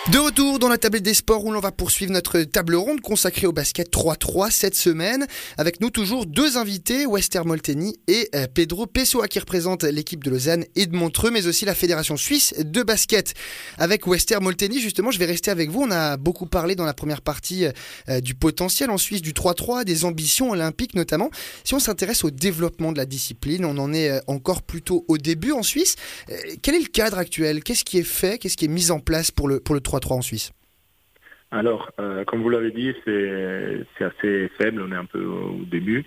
De retour dans la tablette des sports où l'on va poursuivre notre table ronde consacrée au basket 3-3 cette semaine. Avec nous toujours deux invités, Wester Molteni et Pedro Pessoa qui représentent l'équipe de Lausanne et de Montreux, mais aussi la Fédération Suisse de basket. Avec Wester Molteni, justement, je vais rester avec vous. On a beaucoup parlé dans la première partie du potentiel en Suisse du 3-3, des ambitions olympiques notamment. Si on s'intéresse au développement de la discipline, on en est encore plutôt au début en Suisse. Quel est le cadre actuel ? Qu'est-ce qui est fait ? Qu'est-ce qui est mis en place pour le 3-3 en Suisse? Alors, comme vous l'avez dit, c'est assez faible, on est un peu au début.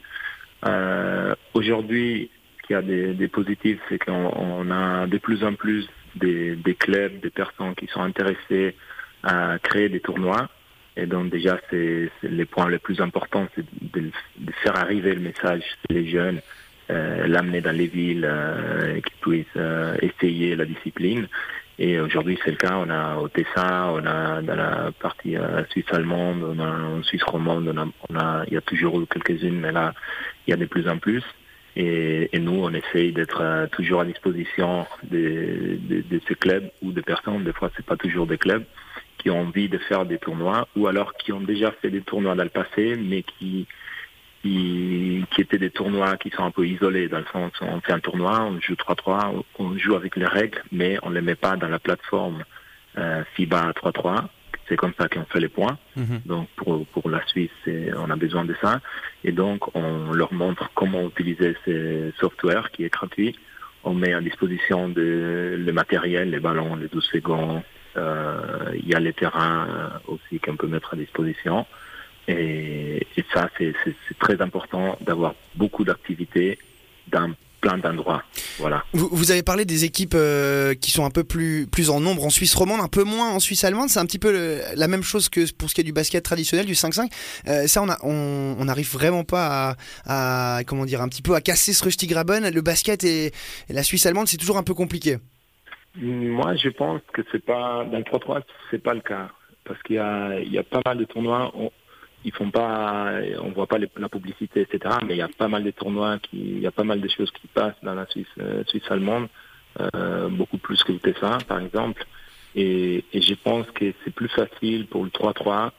Aujourd'hui, ce qu'il y a des positifs, c'est qu'on a de plus en plus des clubs, des personnes qui sont intéressées à créer des tournois. Et donc déjà, c'est les points les plus importants, c'est de faire arriver le message chez les jeunes, l'amener dans les villes, qu'ils puissent essayer la discipline. Et aujourd'hui, c'est le cas. On a au Tessin, on a dans la partie suisse allemande, on a en Suisse romande, il y a toujours eu quelques-unes, mais là, il y a de plus en plus. Et nous, on essaye d'être toujours à disposition de ces clubs ou de personnes. Des fois, c'est pas toujours des clubs qui ont envie de faire des tournois ou alors qui ont déjà fait des tournois dans le passé, mais qui étaient des tournois qui sont un peu isolés, dans le sens où on fait un tournoi, on joue 3-3, on joue avec les règles, mais on ne les met pas dans la plateforme FIBA 3-3. C'est comme ça qu'on fait les points. Donc pour la Suisse, on a besoin de ça. Et donc on leur montre comment utiliser ces softwares qui est gratuit. On met à disposition le matériel, les ballons, les 12 secondes. Il y a les terrains aussi qu'on peut mettre à disposition. Et ça, c'est très important d'avoir beaucoup d'activités dans plein d'endroits. Voilà. Vous avez parlé des équipes qui sont un peu plus en nombre en Suisse romande, un peu moins en Suisse allemande. C'est un petit peu la même chose que pour ce qui est du basket traditionnel, du 5-5. Ça, on n'arrive vraiment pas à comment dire, un petit peu à casser ce Röstigraben. Le basket et la Suisse allemande, c'est toujours un peu compliqué. Moi, je pense que c'est pas dans le 3-3, c'est pas le cas, parce qu'il y a pas mal de tournois. On voit pas la publicité, etc. Mais il y a pas mal de tournois, il y a pas mal de choses qui passent dans la Suisse allemande, beaucoup plus que le Tessin, par exemple. Et je pense que c'est plus facile pour le 3-3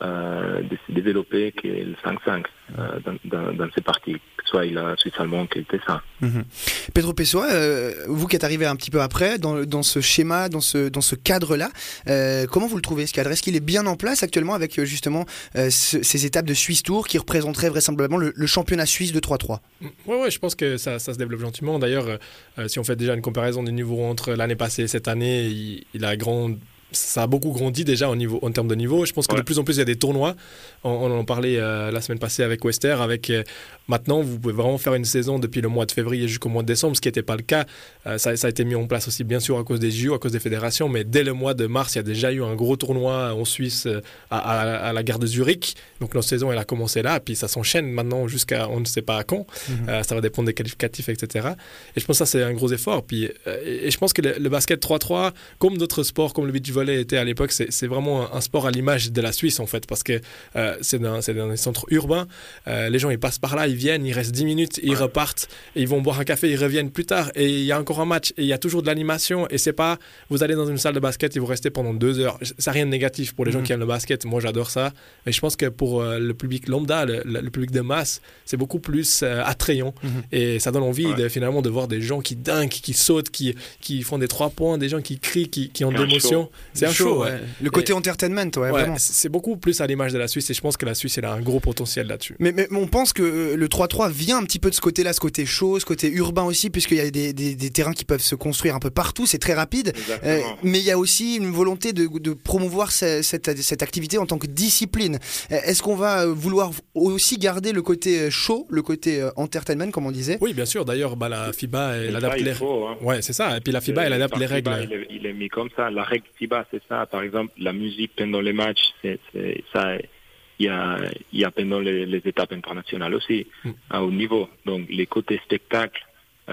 de se développer que le 5-5 dans ces parties, que ce soit la Suisse allemande que le Tessin. Pedro Pessoa, vous qui êtes arrivé un petit peu après dans ce schéma, dans ce cadre-là, comment vous le trouvez ce cadre ? Est-ce qu'il est bien en place actuellement avec justement ces étapes de Swiss Tour qui représenteraient vraisemblablement le championnat suisse de 3-3 ? Ouais, je pense que ça se développe gentiment. D'ailleurs, si on fait déjà une comparaison des niveaux entre l'année passée et cette année, ça a beaucoup grandi déjà en termes de niveau. Je pense que de plus en plus il y a des tournois. On en parlait la semaine passée avec Wester. Maintenant, vous pouvez vraiment faire une saison depuis le mois de février jusqu'au mois de décembre, ce qui n'était pas le cas. Ça a été mis en place aussi bien sûr à cause des JO, à cause des fédérations, mais dès le mois de mars, il y a déjà eu un gros tournoi en Suisse à la gare de Zurich. Donc notre saison elle a commencé là, et puis ça s'enchaîne maintenant jusqu'à on ne sait pas à quand. Ça va dépendre des qualificatifs, etc. Et je pense que ça c'est un gros effort. Puis, et je pense que le basket 3-3, comme d'autres sports, comme le beach volley était à l'époque, c'est vraiment un sport à l'image de la Suisse en fait, parce que c'est dans les centres urbains, les gens ils passent par là, ils viennent, ils restent 10 minutes, ils repartent, et ils vont boire un café, ils reviennent plus tard, et il y a encore un match, et il y a toujours de l'animation, et c'est pas, vous allez dans une salle de basket et vous restez pendant 2 heures, ça n'a rien de négatif pour les gens qui aiment le basket, moi j'adore ça, mais je pense que pour le public lambda, le public de masse, c'est beaucoup plus attrayant, et ça donne envie finalement de voir des gens qui dinguent, qui sautent, qui font des 3 points, des gens qui crient, qui ont de l'émotion. C'est un show. Le côté entertainment, vraiment. C'est beaucoup plus à l'image de la Suisse, et je pense que la Suisse elle a un gros potentiel là-dessus. Mais on pense que le 3-3 vient un petit peu de ce côté-là, ce côté chaud, ce côté urbain aussi, puisqu'il y a des terrains qui peuvent se construire un peu partout, c'est très rapide. Mais il y a aussi une volonté de promouvoir cette activité en tant que discipline. Est-ce qu'on va vouloir aussi garder le côté chaud, le côté entertainment, comme on disait ? Oui, bien sûr. D'ailleurs, la FIBA, elle adapte les règles. Ouais, c'est ça. Et puis la FIBA, elle adapte les règles. Il est mis comme ça. La règle FIBA, c'est ça. Par exemple, la musique pendant les matchs, c'est ça. Il y a pendant les étapes internationales aussi, à haut niveau. Donc, les côtés spectacles,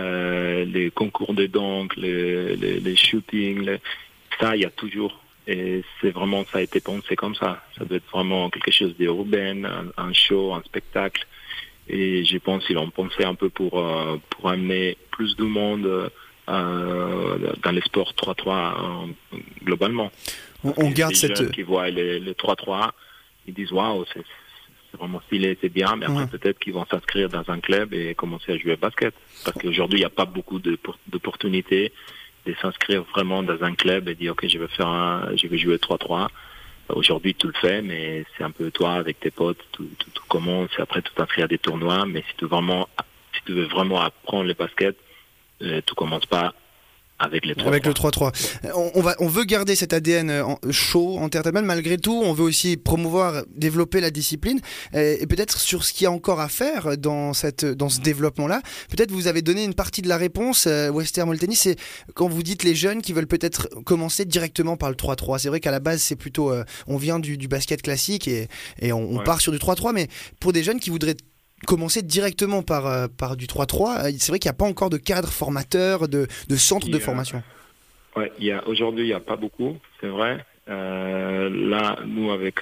les concours de dunk, les shootings, ça, il y a toujours. Et c'est vraiment, ça a été pensé comme ça. Ça doit être vraiment quelque chose d'urbain, un show, un spectacle. Et je pense qu'ils l'ont pensé un peu pour amener plus de monde dans les sports 3-3 globalement. On garde les jeunes qui voient le 3-3, ils disent waouh, c'est vraiment stylé, c'est bien, mais après peut-être qu'ils vont s'inscrire dans un club et commencer à jouer au basket. Parce qu'aujourd'hui, il n'y a pas beaucoup d'opportunités de s'inscrire vraiment dans un club et dire ok, je vais jouer 3-3. Aujourd'hui, tu le fais, mais c'est un peu toi avec tes potes, tout commence, et après tu t'inscris à des tournois, mais si tu veux vraiment apprendre le basket, tu commences pas avec les 3-3. Avec le 3-3. On veut garder cet ADN chaud, entertainment, malgré tout. On veut aussi promouvoir, développer la discipline. Et peut-être sur ce qu'il y a encore à faire dans ce développement-là. Peut-être vous avez donné une partie de la réponse, Wester Molteni, c'est quand vous dites les jeunes qui veulent peut-être commencer directement par le 3-3. C'est vrai qu'à la base, c'est plutôt, on vient du basket classique et on part sur du 3-3. Mais pour des jeunes qui voudraient commencer directement par du 3-3, c'est vrai qu'il n'y a pas encore de cadre formateur, de centre de formation. Ouais, aujourd'hui, il n'y a pas beaucoup, c'est vrai. Là, nous, avec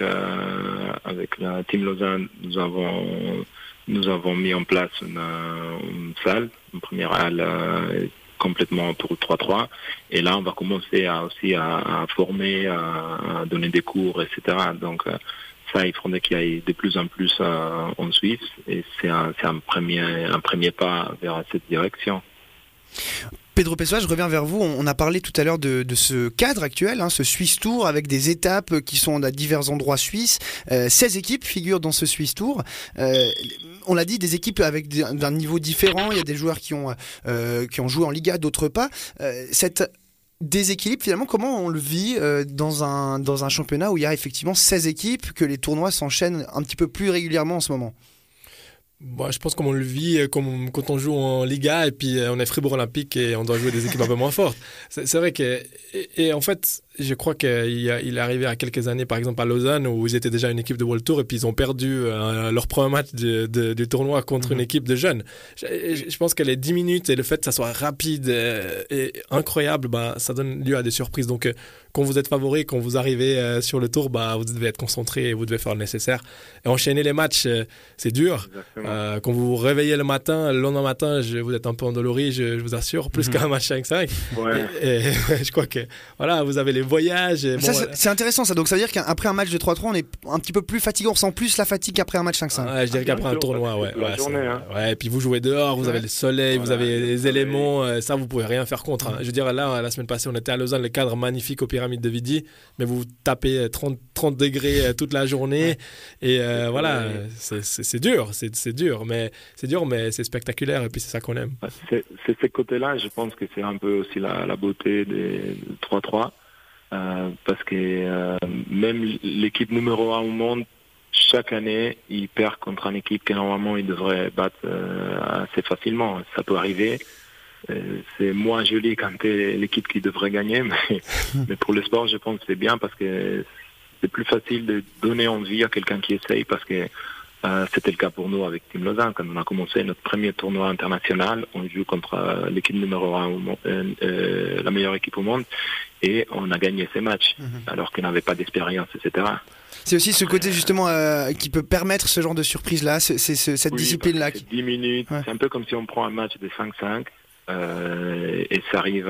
la Team Lausanne, nous avons mis en place une salle, une première halle complètement pour le 3-3. Et là, on va commencer aussi à former, à donner des cours, etc. Donc, ça, il faudrait qu'il y ait de plus en plus en Suisse, et c'est un premier pas vers cette direction. Pedro Pessoa, je reviens vers vous. On a parlé tout à l'heure de ce cadre actuel, ce Swiss Tour, avec des étapes qui sont à divers endroits suisses. 16 équipes figurent dans ce Swiss Tour. On l'a dit, des équipes avec d'un niveau différent. Il y a des joueurs qui ont joué en Liga, d'autres pas. Cette déséquilibre, finalement, comment on le vit dans un championnat où il y a effectivement 16 équipes, que les tournois s'enchaînent un petit peu plus régulièrement en ce moment? Bon, je pense qu'on le vit comme quand on joue en Liga et puis on est Fribourg Olympique et on doit jouer des équipes un peu moins fortes. C'est vrai que... Et en fait, je crois qu'il est arrivé à quelques années, par exemple à Lausanne, où ils étaient déjà une équipe de World Tour et puis ils ont perdu leur premier match du tournoi contre une équipe de jeunes. Je pense que les 10 minutes et le fait que ça soit rapide et incroyable, ça donne lieu à des surprises. Donc, quand vous êtes favori, quand vous arrivez sur le tour, vous devez être concentré et vous devez faire le nécessaire. Et enchaîner les matchs, c'est dur. Quand vous vous réveillez le lendemain matin, vous êtes un peu endolori, je vous assure, plus qu'un match 5-5. Ouais. Et je crois que voilà, vous avez les voyages. C'est intéressant ça. Donc ça veut dire qu'après un match de 3-3, on est un petit peu plus fatigué, on ressent plus la fatigue qu'après un match 5-5. Ouais, je dirais qu'après un tournoi, la journée, et puis vous jouez dehors, vous avez le soleil, vous avez les éléments, ça vous pouvez rien faire contre. Je veux dire, là, la semaine passée, on était à Lausanne, le cadre magnifique aux Pyramides de Vidi, mais vous tapez 30 degrés toute la journée et voilà, c'est dur, mais c'est spectaculaire et puis c'est ça qu'on aime. C'est ce côté-là, je pense que c'est un peu aussi la beauté des 3-3. Parce que même l'équipe numéro 1 au monde, chaque année, il perd contre une équipe que normalement il devrait battre assez facilement. Ça peut arriver. C'est moins joli quand t'es l'équipe qui devrait gagner, mais pour le sport, je pense que c'est bien parce que c'est plus facile de donner envie à quelqu'un qui essaye, parce que c'était le cas pour nous avec Team Lausanne. Quand on a commencé notre premier tournoi international, on joue contre l'équipe numéro 1 au monde, la meilleure équipe au monde, et on a gagné ces matchs, alors qu'on n'avait pas d'expérience, etc. C'est aussi ce côté justement qui peut permettre ce genre de surprise-là, cette discipline-là. C'est 10 minutes, c'est un peu comme si on prend un match de 5-5, et ça arrive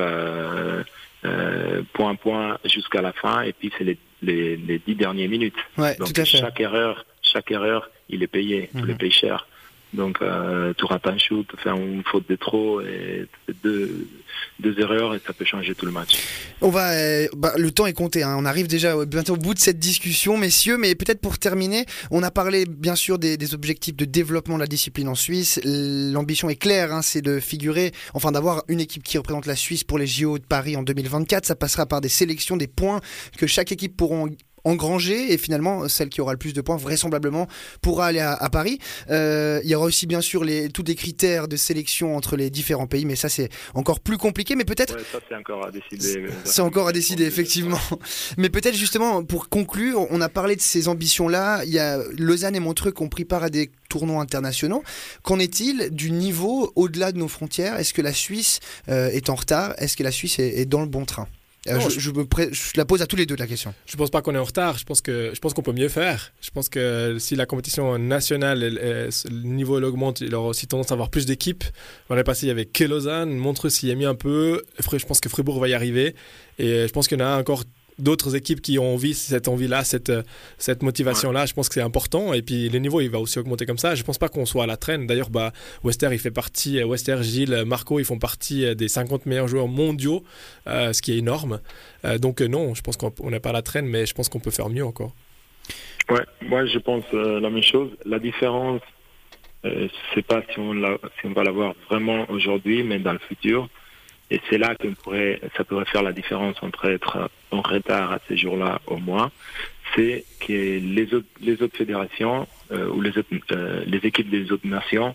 point à point jusqu'à la fin, et puis c'est les 10 dernières minutes. Ouais, donc tout à fait. Chaque erreur, il est payé, tu le payes cher. Donc, tu rates un shoot, tu fais une faute de trop, et deux erreurs, et ça peut changer tout le match. On va, le temps est compté, on arrive déjà bientôt au bout de cette discussion, messieurs, mais peut-être pour terminer, on a parlé bien sûr des objectifs de développement de la discipline en Suisse. L'ambition est claire, c'est de figurer, enfin d'avoir une équipe qui représente la Suisse pour les JO de Paris en 2024. Ça passera par des sélections, des points que chaque équipe pourront engranger, et finalement celle qui aura le plus de points vraisemblablement pourra aller à Paris. Il y aura aussi bien sûr tous les critères de sélection entre les différents pays, mais ça c'est encore plus compliqué, mais peut-être... Ouais, ça c'est encore à décider. C'est encore à décider, effectivement. Mais peut-être justement, pour conclure, on a parlé de ces ambitions-là. Il y a Lausanne et Montreux qui ont pris part à des tournois internationaux. Qu'en est-il du niveau au-delà de nos frontières? Est-ce que la Suisse est en retard? Est-ce que la Suisse est dans le bon train? Je la pose à tous les deux, la question. Je pense pas qu'on est en retard. Je pense qu'on peut mieux faire. Je pense que si la compétition nationale, le niveau augmente, il aura aussi tendance à avoir plus d'équipes. L'année passée, il y avait que Lausanne. Montreux s'y est mis un peu. Je pense que Fribourg va y arriver. Et je pense qu'il y en a encore d'autres équipes qui ont cette envie-là, cette motivation-là. Je pense que c'est important. Et puis, le niveau, il va aussi augmenter comme ça. Je ne pense pas qu'on soit à la traîne. D'ailleurs, Wester, il fait partie, Wester, Gilles, Marco, ils font partie des 50 meilleurs joueurs mondiaux, ce qui est énorme. Donc, non, je pense qu'on n'est pas à la traîne, mais je pense qu'on peut faire mieux encore. Ouais, moi, je pense la même chose. La différence, je ne sais pas si on va l'avoir vraiment aujourd'hui, mais dans le futur. Et c'est là que ça pourrait faire la différence entre être en retard à ces jours-là au moins. C'est que les autres fédérations ou les équipes des autres nations,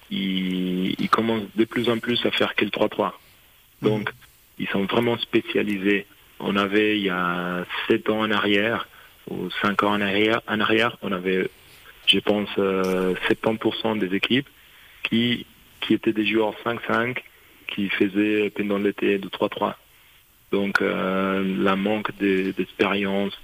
ils commencent de plus en plus à faire que le 3-3. Donc, ils sont vraiment spécialisés. On avait, il y a 7 ans en arrière, ou 5 ans en arrière, on avait, je pense, 70% des équipes qui étaient des joueurs 5-5, qui faisait pendant l'été de 3-3. Donc, la manque d'expérience,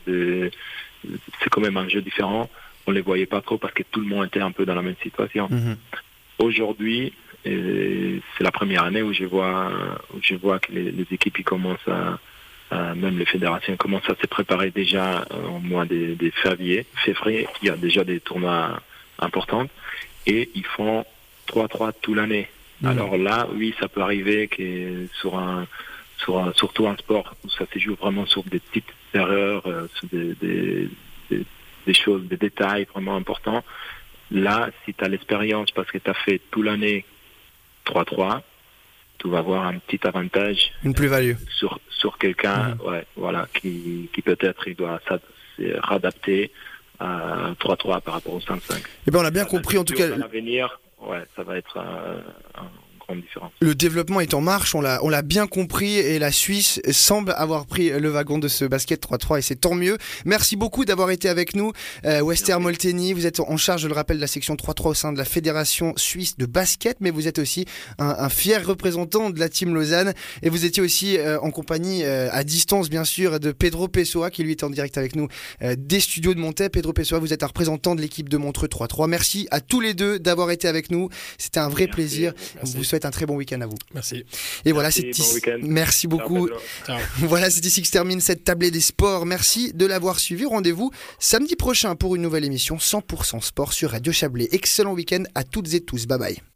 c'est quand même un jeu différent. On les voyait pas trop parce que tout le monde était un peu dans la même situation. Aujourd'hui, c'est la première année où je vois que les équipes ils commencent même les fédérations commencent à se préparer déjà au mois de février. Il y a déjà des tournois importants et ils font 3-3 toute l'année. Alors là, oui, ça peut arriver que surtout un sport où ça se joue vraiment sur des petites erreurs, sur des choses, des détails vraiment importants. Là, si tu as l'expérience parce que tu as fait toute l'année 3-3, tu vas avoir un petit avantage. Une plus-value. Sur quelqu'un, qui peut-être il doit s'adapter à 3-3 par rapport au 5-5. Eh ben, on a bien compris en tout cas. À l'avenir, ça va être une grande différence. Le développement est en marche, on l'a bien compris et la Suisse semble avoir pris le wagon de ce basket 3-3 et c'est tant mieux. Merci beaucoup d'avoir été avec nous. Wester Molteni, vous êtes en charge, je le rappelle, de la section 3-3 au sein de la Fédération Suisse de basket, mais vous êtes aussi un fier représentant de la Team Lausanne et vous étiez aussi en compagnie à distance bien sûr de Pedro Pessoa qui lui est en direct avec nous des studios de Montaix. Pedro Pessoa, vous êtes un représentant de l'équipe de Montreux 3-3. Merci à tous les deux d'avoir été avec nous. C'était un vrai plaisir. Merci. On vous souhaite un très bon week-end à vous. Merci. Et voilà, Merci beaucoup. Ciao. Voilà, c'est ici que se termine cette tablée des sports. Merci de l'avoir suivi. Rendez-vous samedi prochain pour une nouvelle émission 100% sport sur Radio Chablais. Excellent week-end à toutes et tous. Bye bye.